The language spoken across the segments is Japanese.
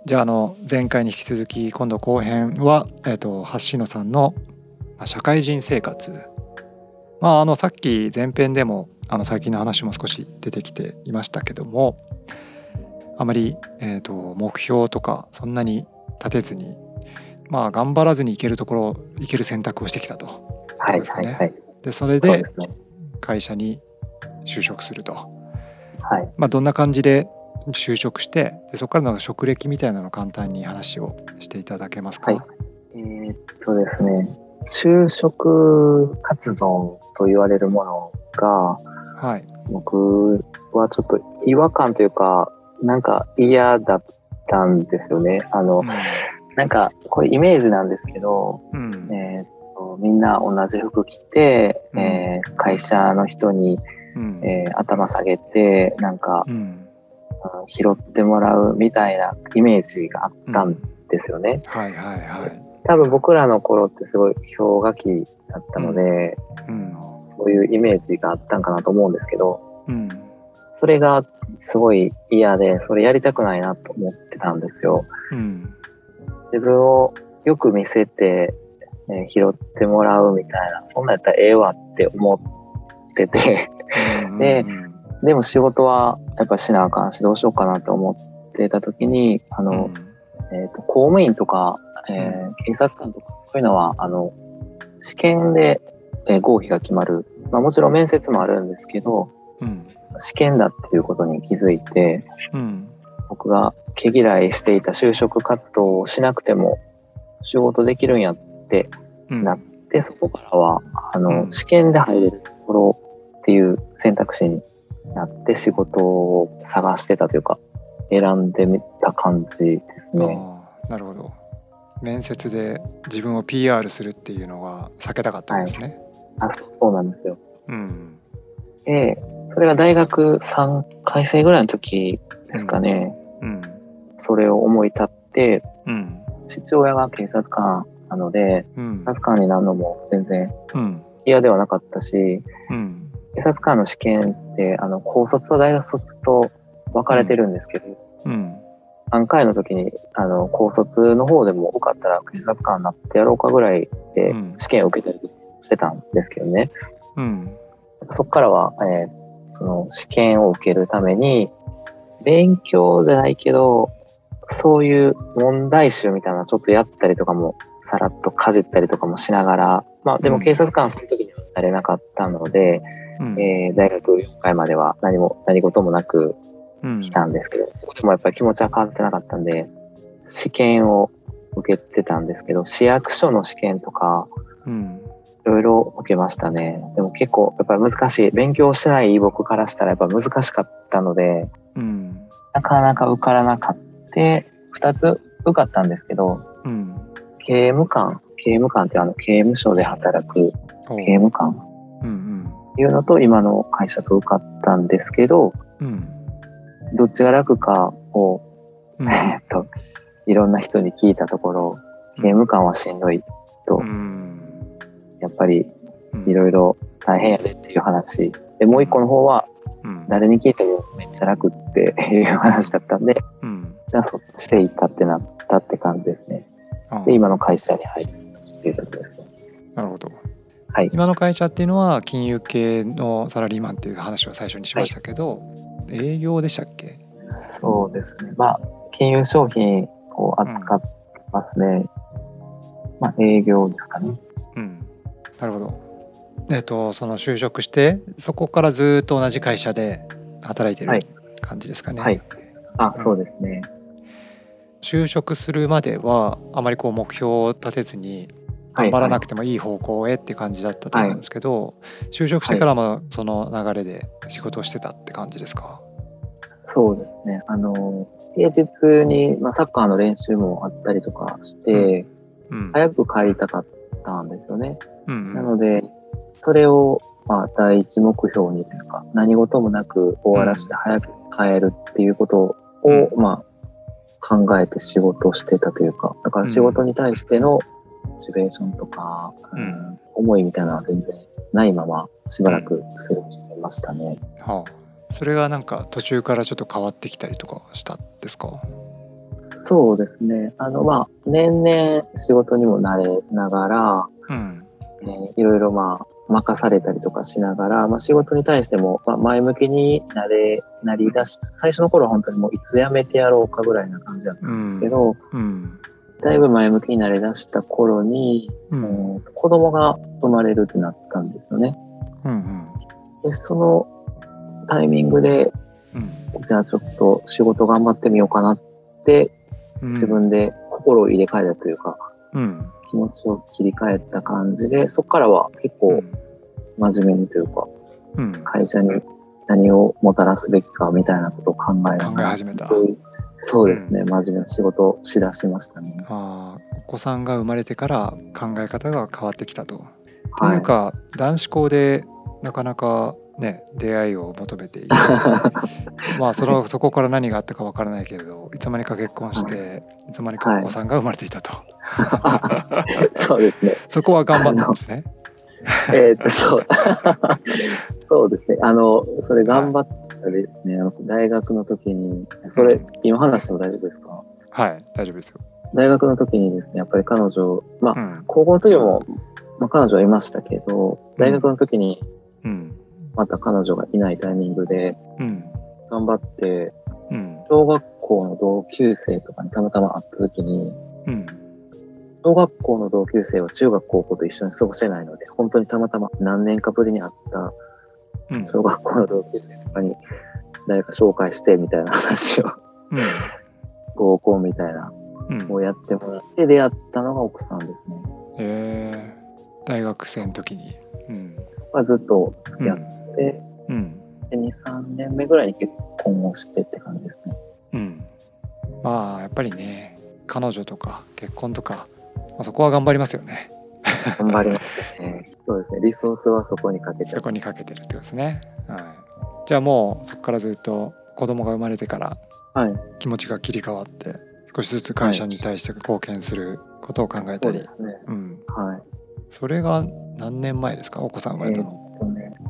じゃあ前回に引き続き今度後編は、橋野さんの社会人生活、さっき前編でも最近の話も少し出てきていましたけども、あまり、目標とかそんなに立てずに、頑張らずに行けるところ行ける選択をしてきたと。 はいはいはい。 でそれで会社に就職すると。 はい。 どんな感じで就職して、でそこからの職歴みたいなのを簡単に話をしていただけますか？ はい。ですね、就職活動と言われるものが、 はい、 僕はちょっと違和感というか、なんか嫌だったんですよね。なんかこれイメージなんですけど、みんな同じ服着て、会社の人に、頭下げてなんか、拾ってもらうみたいなイメージがあったんですよね。 はいはいはい。 多分僕らの頃ってすごい氷河期だったので、そういうイメージがあったんかなと思うんですけど、それがすごい嫌で、それやりたくないなと思ってたんですよ。自分をよく見せて、拾ってもらうみたいな、そんなんやったらええわって思っててでも仕事はやっぱしなあかんし、どうしようかなと思ってた時に、公務員とか、警察官とかそういうのは試験で、合否が決まる、もちろん面接もあるんですけど、試験だっていうことに気づいて、僕が毛嫌いしていた就職活動をしなくても仕事できるんやってなって、そこからは試験で入れるところっていう選択肢になって仕事を探してたというか選んでみた感じですね。 なるほど。面接で自分を PR するっていうのは避けたかったんですね。 そうなんですよ。でそれが大学3回生ぐらいの時ですかね。それを思い立って、父親が警察官なので、警察官になるのも全然嫌ではなかったし、警察官の試験って高卒と大学卒と分かれてるんですけど、3回の時に高卒の方でも受かったら警察官になってやろうかぐらいで試験を受けたりしてたんですけどね。そこからは、その試験を受けるために勉強じゃないけど、そういう問題集みたいなのちょっとやったりとかもさらっとかじったりとかもしながら、でも警察官その時にはなれなかったので、大学4回までは何事もなく来たんですけど、そこでもやっぱり気持ちは変わってなかったんで試験を受けてたんですけど、市役所の試験とかいろいろ受けましたね。でも結構やっぱり難しい、勉強してない僕からしたらやっぱ難しかったので、なかなか受からなかった。2つ受かったんですけど、刑務官って刑務所で働く刑務官っていうのと今の会社と受かったんですけど、どっちが楽かを、いろんな人に聞いたところ、刑務官はしんどいと、やっぱりいろいろ大変やでっていう話で、もう一個の方は誰に聞いてもめっちゃ楽っていう話だったんで、じゃあそっちでいいかってなったって感じですね。で今の会社に入るっていうことですね。 なるほど。 はい、 今の会社っていうのは金融系のサラリーマンっていう話を最初にしましたけど、営業でしたっけ？ そうですね。金融商品を扱ってますね。営業ですかね。 なるほど。その就職してそこからずっと同じ会社で働いてる感じですかね。 そうですね。 就職するまではあまり目標を立てずに頑張らなくてもいい方向へって感じだったと思うんですけど、就職してからもその流れで仕事をしてたって感じですか？ そうですね。平日に、サッカーの練習もあったりとかして、早く帰りたかったんですよね。なのでそれを第一目標にというか、何事もなく終わらせて早く帰るっていうことを、考えて仕事をしてたというか、だから仕事に対してのモチベーションとか、思いみたいなのは全然ないまましばらく過ごしてましたね。 それがなんか途中からちょっと変わってきたりとかしたんですか？ そうですね。年々仕事にも慣れながら、いろいろ任されたりとかしながら、仕事に対しても、前向きになりだした。最初の頃は本当にもういつ辞めてやろうかぐらいな感じだったんですけど、だいぶ前向きになりだした頃に、子供が生まれるってなったんですよね。で、そのタイミングで、じゃあちょっと仕事頑張ってみようかなって、自分で心を入れ替えたというか、気持ちを切り替えた感じで、そこからは結構真面目にというか、会社に何をもたらすべきかみたいなことを考え始めた。 そうですね、真面目な仕事をしだしましたね。 お子さんが生まれてから考え方が変わってきたと。というか、男子校でなかなかね、出会いを求めていてそこから何があったかわからないけれど、いつまにか結婚して、いつまにかお子さんが生まれていたと。 そうですね。 そこは頑張ったんですね。 そうですね。それ頑張ったですね。大学の時に、今話しても大丈夫ですか？ はい、大丈夫ですよ。 大学の時にですね、やっぱり彼女、高校の時も、彼女はいましたけど、大学の時に、また彼女がいないタイミングで、頑張って、小学校の同級生とかにたまたま会った時に、小学校の同級生は中学高校と一緒に過ごせないので、本当にたまたま何年かぶりに会った小学校の同級生とかに誰か紹介してみたいな話を、合コンみたいなをやってもらって出会ったのが奥さんですね。 大学生の時に、 ずっと付き合って、2、3年目ぐらいに結婚をしてって感じですね。 やっぱりね、彼女とか結婚とか、そこは頑張りますよね。 頑張りますね。そうですね。リソースはそこにかけてる。 そこにかけてるってことですね。じゃあもうそこからずっと子供が生まれてから気持ちが切り替わって、少しずつ会社に対して貢献することを考えたり。それが何年前ですか？お子さん生まれたの。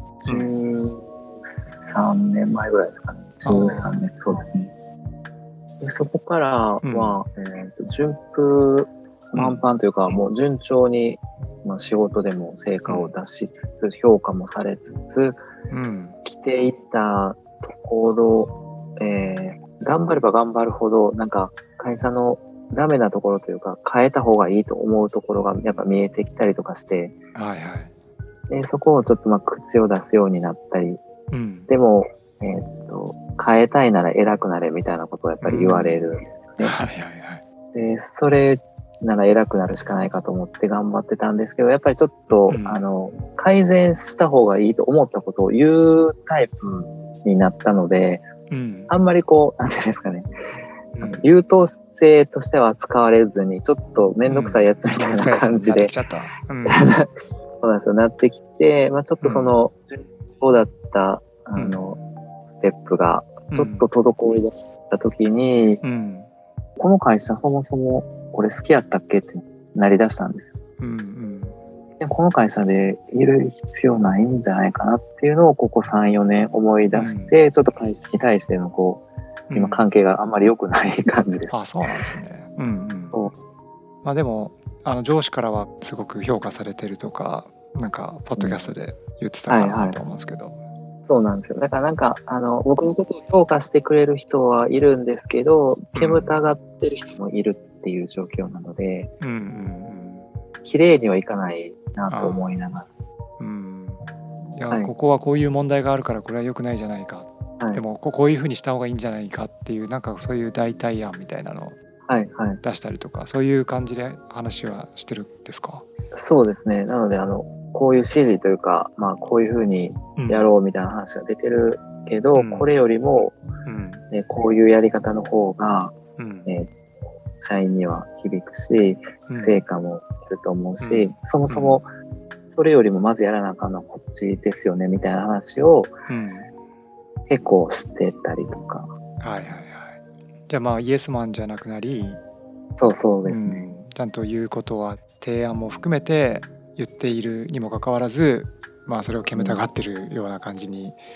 13年前ぐらいですかね。13年、そうですね。でそこからは、順風満帆というか、もう順調に、仕事でも成果を出しつつ、評価もされつつ、来ていたところ、頑張れば頑張るほど、なんか会社のダメなところというか、変えた方がいいと思うところがやっぱ見えてきたりとかして、でそこをちょっと口を出すようになったり、でも、変えたいなら偉くなれみたいなことをやっぱり言われる。でそれなら偉くなるしかないかと思って頑張ってたんですけど、やっぱりちょっと、改善した方がいいと思ったことを言うタイプになったので、あんまりなんていうんですかね、優等生としては使われずに、ちょっとめんどくさいやつみたいな感じで、そうなんですよ、なってきて、ちょっとその順調だったステップがちょっと滞り出した時に、この会社そもそも俺好きやったっけってなりだしたんですよ。でこの会社でいる必要ないんじゃないかなっていうのをここ 3,4 年思い出して、ちょっと会社に対しての今関係があんまり良くない感じです。 そうなんですね。でも上司からはすごく評価されてるとか、なんかポッドキャストで言ってたかなと思うんですけど。 そうなんですよ。だからなんか僕のことを評価してくれる人はいるんですけど、煙たがってる人もいるっていう状況なので、綺麗にはいかないなと思いながら。 ここはこういう問題があるからこれは良くないじゃないか、でもこういうふうにした方がいいんじゃないかっていう、なんかそういう代替案みたいなのを出したりとか、そういう感じで話はしてるんですか？ そうですね。なのでこういう指示というか、こういうふうにやろうみたいな話が出てるけど、これよりも、こういうやり方の方が、社員には響くし、成果もいると思うし、そもそもそれよりもまずやらなあかんのはこっちですよねみたいな話を結構してたりとか。 じゃあイエスマンじゃなくなり、 そうですね。 ちゃんと言うことは提案も含めて言っているにもかかわらず、それを煙たがってるような感じに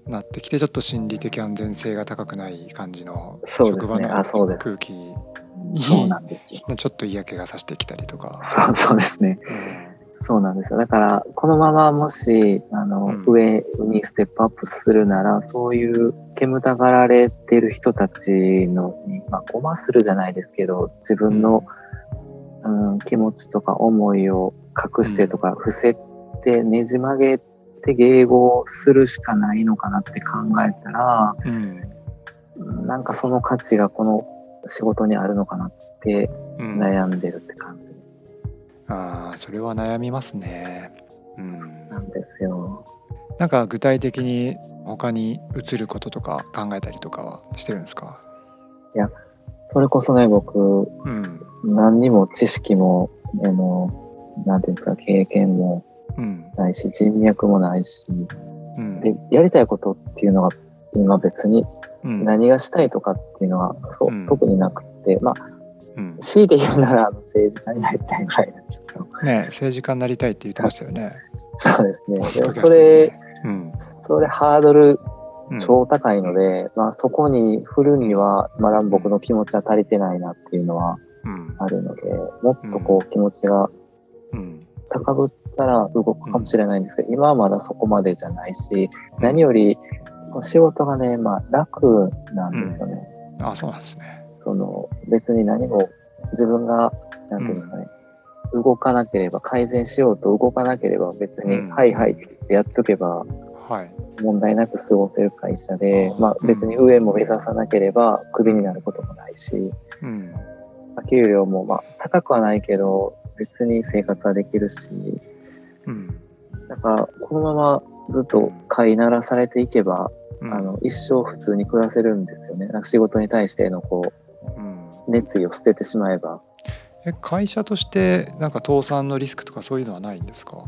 なってきて、ちょっと心理的安全性が高くない感じの職場の空気にちょっと嫌気がさしてきたりとか。 そうですね、そうなんですよ。だからこのままもし上にステップアップするなら、そういう煙たがられてる人たちのに、ごまするじゃないですけど、自分の、気持ちとか思いを隠してとか伏せてねじ曲げて迎合するしかないのかなって考えたら、なんかその価値がこの仕事にあるのかなって悩んでるって感じです。 それは悩みますね。 そうなんですよ。 なんか具体的に他に移ることとか考えたりとかはしてるんですか？ いや、それこそね、僕、何にも知識もなんていうんですか、経験もないし、人脈もないし、でやりたいことっていうのが今別に何がしたいとかっていうのは特になくて、強いて言うなら政治家になりたいぐらいなんですけどね。政治家になりたいって言ってましたよね。 そうですね。でもそれハードル超高いので、そこに振るにはまだ僕の気持ちは足りてないなっていうのはあるので、もっとこう気持ちが高ぶったら動くかもしれないんですけど、今はまだそこまでじゃないし、何より仕事がね、楽なんですよね。 そうなんですね。 別に何も自分がなんていうんですかね、動かなければ、改善しようと動かなければ別にはいはいってやっとけば問題なく過ごせる会社で、別に上も目指さなければクビになることもないし、給料も高くはないけど別に生活はできるし、だからこのままずっと飼いならされていけば、一生普通に暮らせるんですよね。なんか仕事に対しての熱意を捨ててしまえば。 会社としてなんか倒産のリスクとかそういうのはないんですか？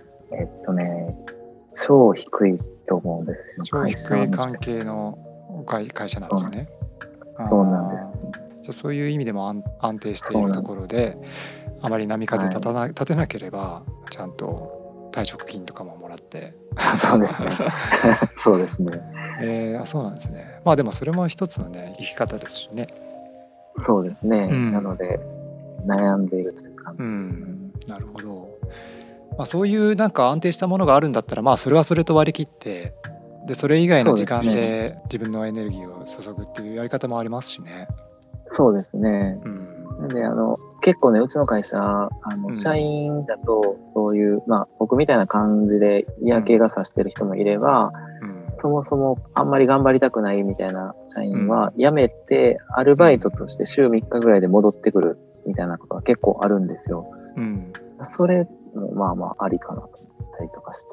超低いと思うんですよ。 超低い関係の会社なんですね。 そうなんです。 じゃあそういう意味でも安定しているところで、あまり波風立てなければちゃんと退職金とかももらってそうですねそうですね。 そうなんですね。でもそれも一つのね生き方ですしね。 そうですね、なので悩んでいるという感じですね。 なるほど。そういうなんか安定したものがあるんだったら、それはそれと割り切って、でそれ以外の時間で自分のエネルギーを注ぐっていうやり方もありますしね。 そうですね。なんで結構ね、うちの会社社員だとそういう僕みたいな感じで嫌気がさしてる人もいれば、そもそもあんまり頑張りたくないみたいな社員は辞めてアルバイトとして週3日ぐらいで戻ってくるみたいなことが結構あるんですよ。それもありかなと思ったりとかして、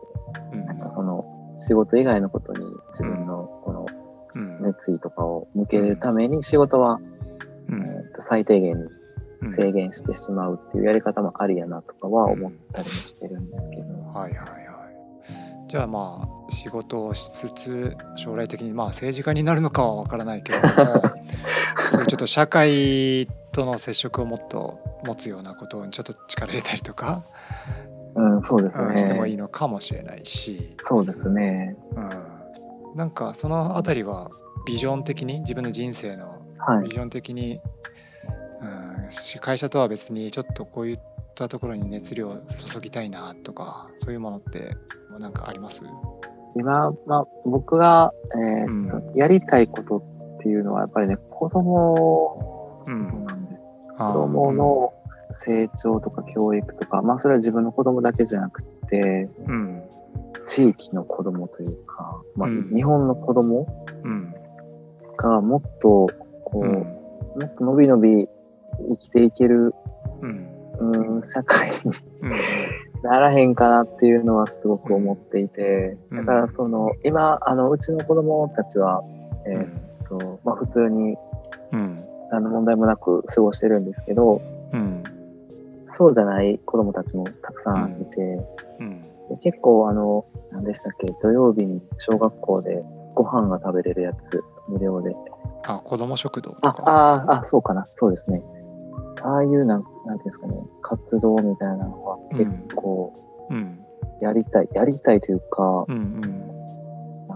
なんか仕事以外のことに自分のこの熱意とかを向けるために仕事は最低限に制限してしまうっていうやり方もありやなとかは思ったりもしてるんですけど。 じゃあ仕事をしつつ将来的に政治家になるのかは分からないけれどもそういうちょっと社会との接触をもっと持つようなことにちょっと力入れたりとか、 そうですね、 してもいいのかもしれないし。 そうですね、 なんかそのあたりはビジョン的に自分の人生のビジョン的に、会社とは別にちょっとこういったところに熱量を注ぎたいなとか、そういうものってなんかあります？ 今、僕が、やりたいことっていうのはやっぱりね、子供なんです。子供の成長とか教育とか、それは自分の子供だけじゃなくて、地域の子供というか、日本の子供がもっともっと伸び伸び生きていける、社会にならへんかなっていうのはすごく思っていて、だから今うちの子供たちは普通に問題もなく過ごしてるんですけど、そうじゃない子供たちもたくさんいて、結構何でしたっけ、土曜日に小学校でご飯が食べれるやつ無料で、 子供食堂とか、 そうかな、そうですね。ああいうなんていうんですかね、活動みたいなのは結構やりたいというか、なんか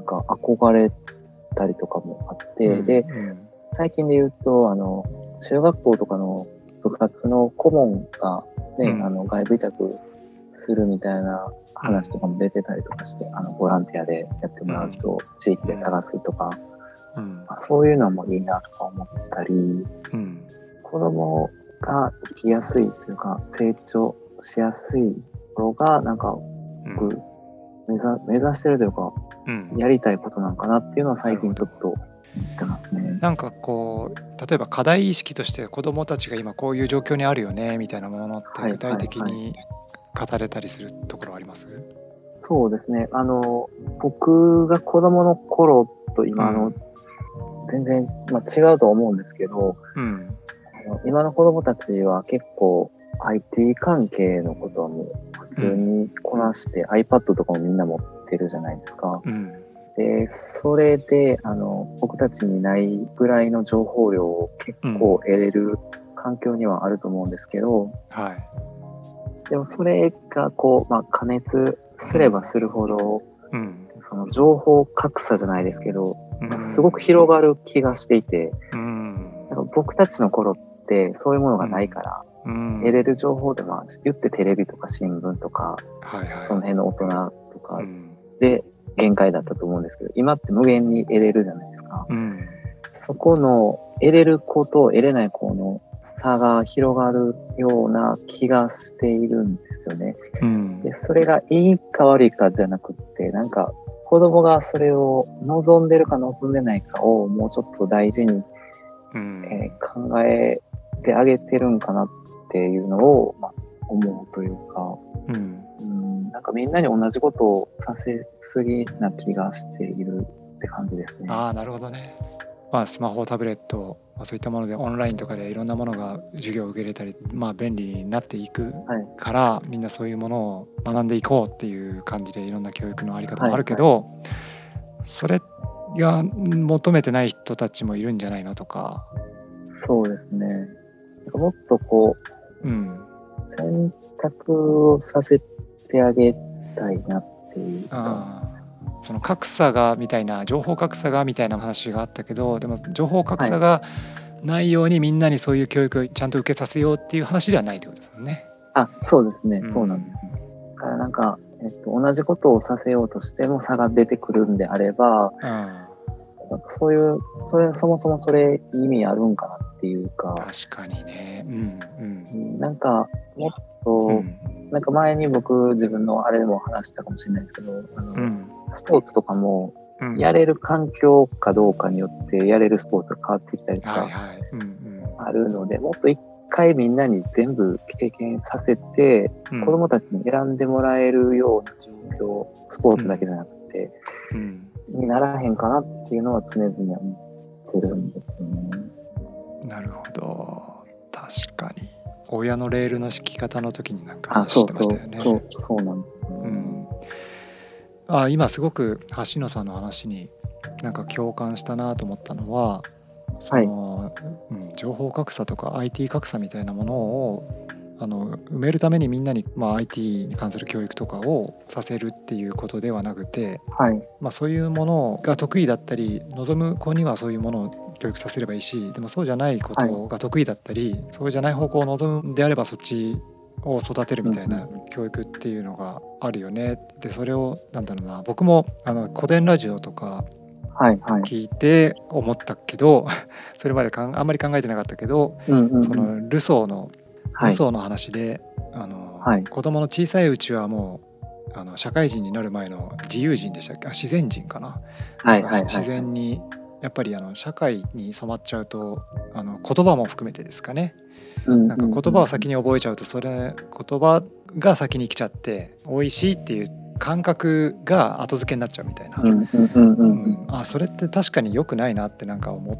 か憧れたりとかもあって、で、最近で言うと、中学校とかの部活の顧問がね、外部委託するみたいな話とかも出てたりとかして、ボランティアでやってもらう人を地域で探すとか、そういうのもいいなとか思ったり、子供が生きやすいというか、成長しやすいところが、なんか、僕、目指してるというか、やりたいことなんかなっていうのは最近ちょっと思ってますね。 なんかこう、例えば課題意識として子どもたちが今こういう状況にあるよねみたいなものって具体的に語れたりするところあります？ そうですね。僕が子供の頃と今の全然、違うと思うんですけど、今の子供たちは結構 IT 関係のことはもう普通にこなして、iPad とかもみんな持ってるじゃないですか。で、それで、僕たちにないぐらいの情報量を結構得れる環境にはあると思うんですけど、でもそれがこう、過熱すればするほど、その情報格差じゃないですけど、すごく広がる気がしていて、なんか僕たちの頃ってそういうものがないから、得れる情報で言ってテレビとか新聞とか、その辺の大人とかで限界だったと思うんですけど、今って無限に得れるじゃないですか。そこの得れる子と得れない子の差が広がるような気がしているんですよね。で、それがいいか悪いかじゃなくって、なんか子供がそれを望んでるか望んでないかをもうちょっと大事に、考えてあげてるんかなっていうのを、思うというか、なんかみんなに同じことをさせすぎな気がしているって感じですね。 なるほどね。スマホ、タブレット、そういったものでオンラインとかでいろんなものが授業を受け入れたり、便利になっていくから、みんなそういうものを学んでいこうっていう感じでいろんな教育のあり方もあるけど、それが求めてない人たちもいるんじゃないのとか。 そうですね。もっとこう、選択をさせてあげたいなっていうか。 その格差がみたいな、情報格差がみたいな話があったけど、でも情報格差がないようにみんなにそういう教育をちゃんと受けさせようっていう話ではないってことですもんね。 そうですね、そうなんですね。だからなんか、同じことをさせようとしても差が出てくるんであれば、なんかそれそもそもそれ意味あるんかなっていうか。 確かにね。 なんかもっと、なんか前に僕自分のあれでも話したかもしれないですけど、スポーツとかもやれる環境かどうかによってやれるスポーツが変わってきたりとかあるので、もっと一回みんなに全部経験させて、子供たちに選んでもらえるような状況、スポーツだけじゃなくて、にならへんかなっていうのは常々思ってるんですよね。 なるほど。確かに親のレールの敷き方の時になんか話してましたよね。 そうなんですね。 今すごく橋野さんの話になんか共感したなと思ったのは、その、情報格差とか IT 格差みたいなものを埋めるためにみんなに、IT に関する教育とかをさせるっていうことではなくて、そういうものが得意だったり望む子にはそういうものを教育させればいいし、でもそうじゃないことが得意だったり、そうじゃない方向を望むんであればそっちを育てるみたいな教育っていうのがあるよね。でそれを僕も古典ラジオとか聞いて思ったけど、それまであんまり考えてなかったけど、そのルソーの話で、子供の小さいうちはもう社会人になる前の自由人でしたっけ、自然人かな、自然にやっぱり社会に染まっちゃうと言葉も含めてですかね、なんか言葉を先に覚えちゃうと、それ言葉が先に来ちゃって美味しいっていう感覚が後付けになっちゃうみたいな、それって確かに良くないなってなんか思って、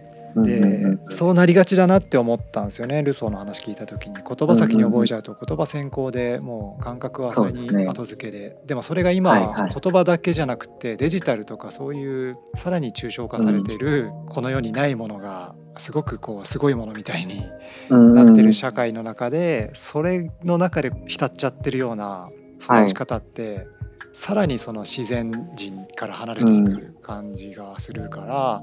でそうなりがちだなって思ったんですよね。ルソーの話聞いた時に、言葉先に覚えちゃうと言葉先行でもう感覚はそれに後付けで、でもそれが今言葉だけじゃなくてデジタルとかそういうさらに抽象化されてるこの世にないものがすごくこうすごいものみたいになってる社会の中で、それの中で浸っちゃってるような育ち方ってさらにその自然人から離れていく感じがするから、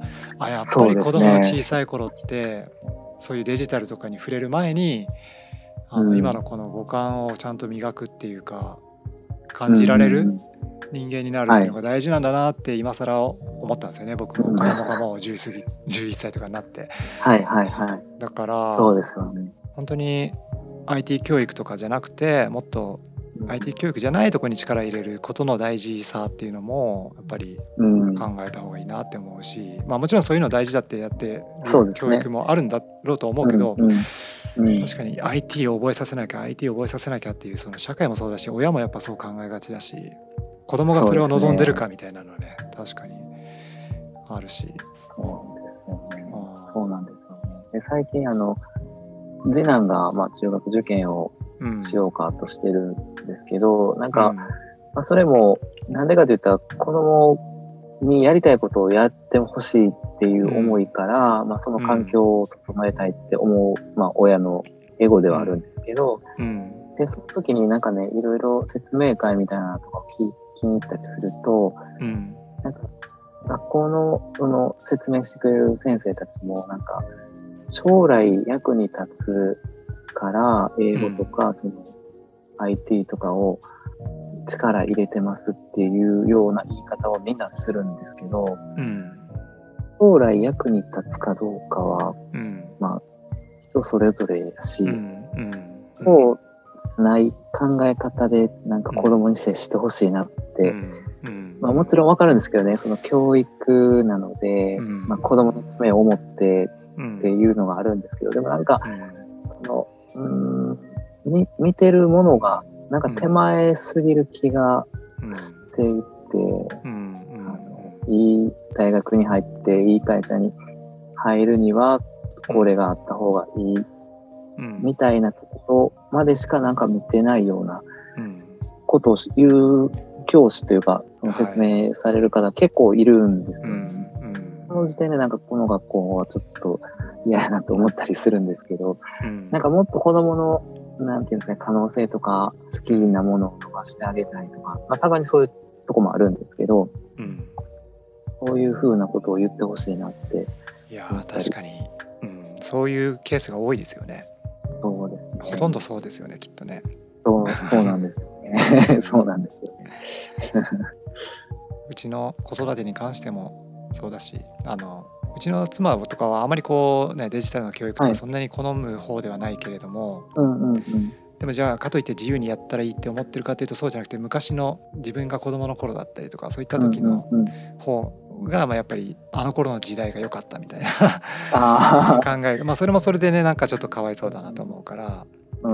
やっぱり子供の小さい頃ってそういうデジタルとかに触れる前に今のこの五感をちゃんと磨くっていうか感じられる人間になるっていうのが大事なんだなって今更思ったんですよね。僕も子供がもう11歳とかになって、だからそうですよね。 本当に IT 教育とかじゃなくてもっと IT 教育じゃないところに力入れることの大事さっていうのもやっぱり考えた方がいいなって思うし、もちろんそういうの大事だってやってる教育もあるんだろうと思うけど、確かに IT を覚えさせなきゃっていうその社会もそうだし親もやっぱそう考えがちだし子供がそれを望んでるかみたいなのね確かにあるし。 そうですよね。そうなんですよね。で最近次男が中学受験をしようかとしてるんですけど、なんか、それもなんでかと言ったら子供にやりたいことをやってほしいっていう思いから、その環境を整えたいって思う、親のエゴではあるんですけど、でその時になんかねいろいろ説明会みたいなのとかを気に入ったりすると、なんか学校の説明してくれる先生たちもなんか将来役に立つから英語とかその IT とかを力入れてますっていうような言い方をみんなするんですけど、将来役に立つかどうかは、人それぞれやし、そうない考え方でなんか子供に接してほしいなって、もちろんわかるんですけどね、その教育なので、子供のためを思ってっていうのがあるんですけど、でもなんか、その見てるものがなんか手前すぎる気がしていて、いい大学に入っていい会社に入るにはこれがあった方がいいみたいなところまでしかなんか見てないようなことを言う教師というか説明される方結構いるんですよね。その時点でなんかこの学校はちょっと嫌やなと思ったりするんですけど、なんかもっと子供のなんていうんですかね、可能性とか好きなものを伸ばしてあげたいとか、たまにそういうとこもあるんですけど、そういう風なことを言ってほしいなって。 いや確かに、そういうケースが多いですよね。 そうですね。 ほとんどそうですよね、きっとね。 そうなんですよね。そうなんですよね。 うちの子育てに関してもそうだし、うちの妻とかはあまりデジタルの教育とかそんなに好む方ではないけれども、でもじゃあかといって自由にやったらいいって思ってるかというとそうじゃなくて、昔の自分が子供の頃だったりとかそういった時の方がやっぱりあの頃の時代が良かったみたいな考えが、それもそれでねなんかちょっとかわいそうだなと思うから、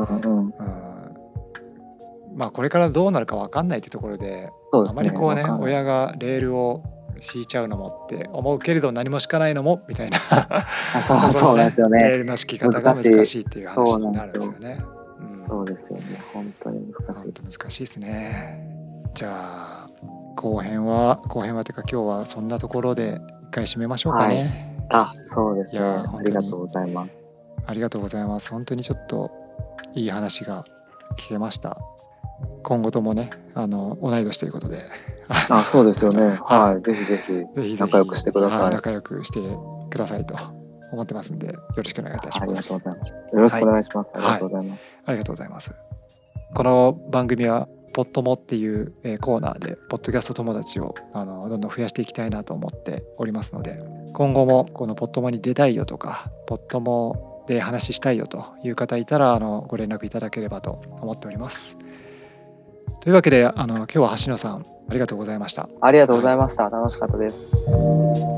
これからどうなるか分かんないってところで、あまり親がレールを敷いちゃうのもって思うけれど何も敷かないのもみたいなそうですよね。 レールの敷き方が難しいっていう話になるんですよね。 そうですよね。本当に難しい。 難しいですね。じゃあ後編はというか今日はそんなところで一回締めましょうかね。 そうですね。ありがとうございます。 ありがとうございます。本当にちょっといい話が聞けました。今後ともね同い年ということでそうですよね。ぜひぜひ仲良くしてください。 仲良くしてくださいと思ってますんでよろしくお願いいたします。 ありがとうございます。よろしくお願いします。ありがとうございます。 ありがとうございます。この番組はポットモっていうコーナーでポッドキャスト友達をどんどん増やしていきたいなと思っておりますので、今後もこのポットモに出たいよとかポットモで話したいよという方いたらご連絡いただければと思っております。というわけで今日は橋野さんありがとうございました。 ありがとうございました。楽しかったです。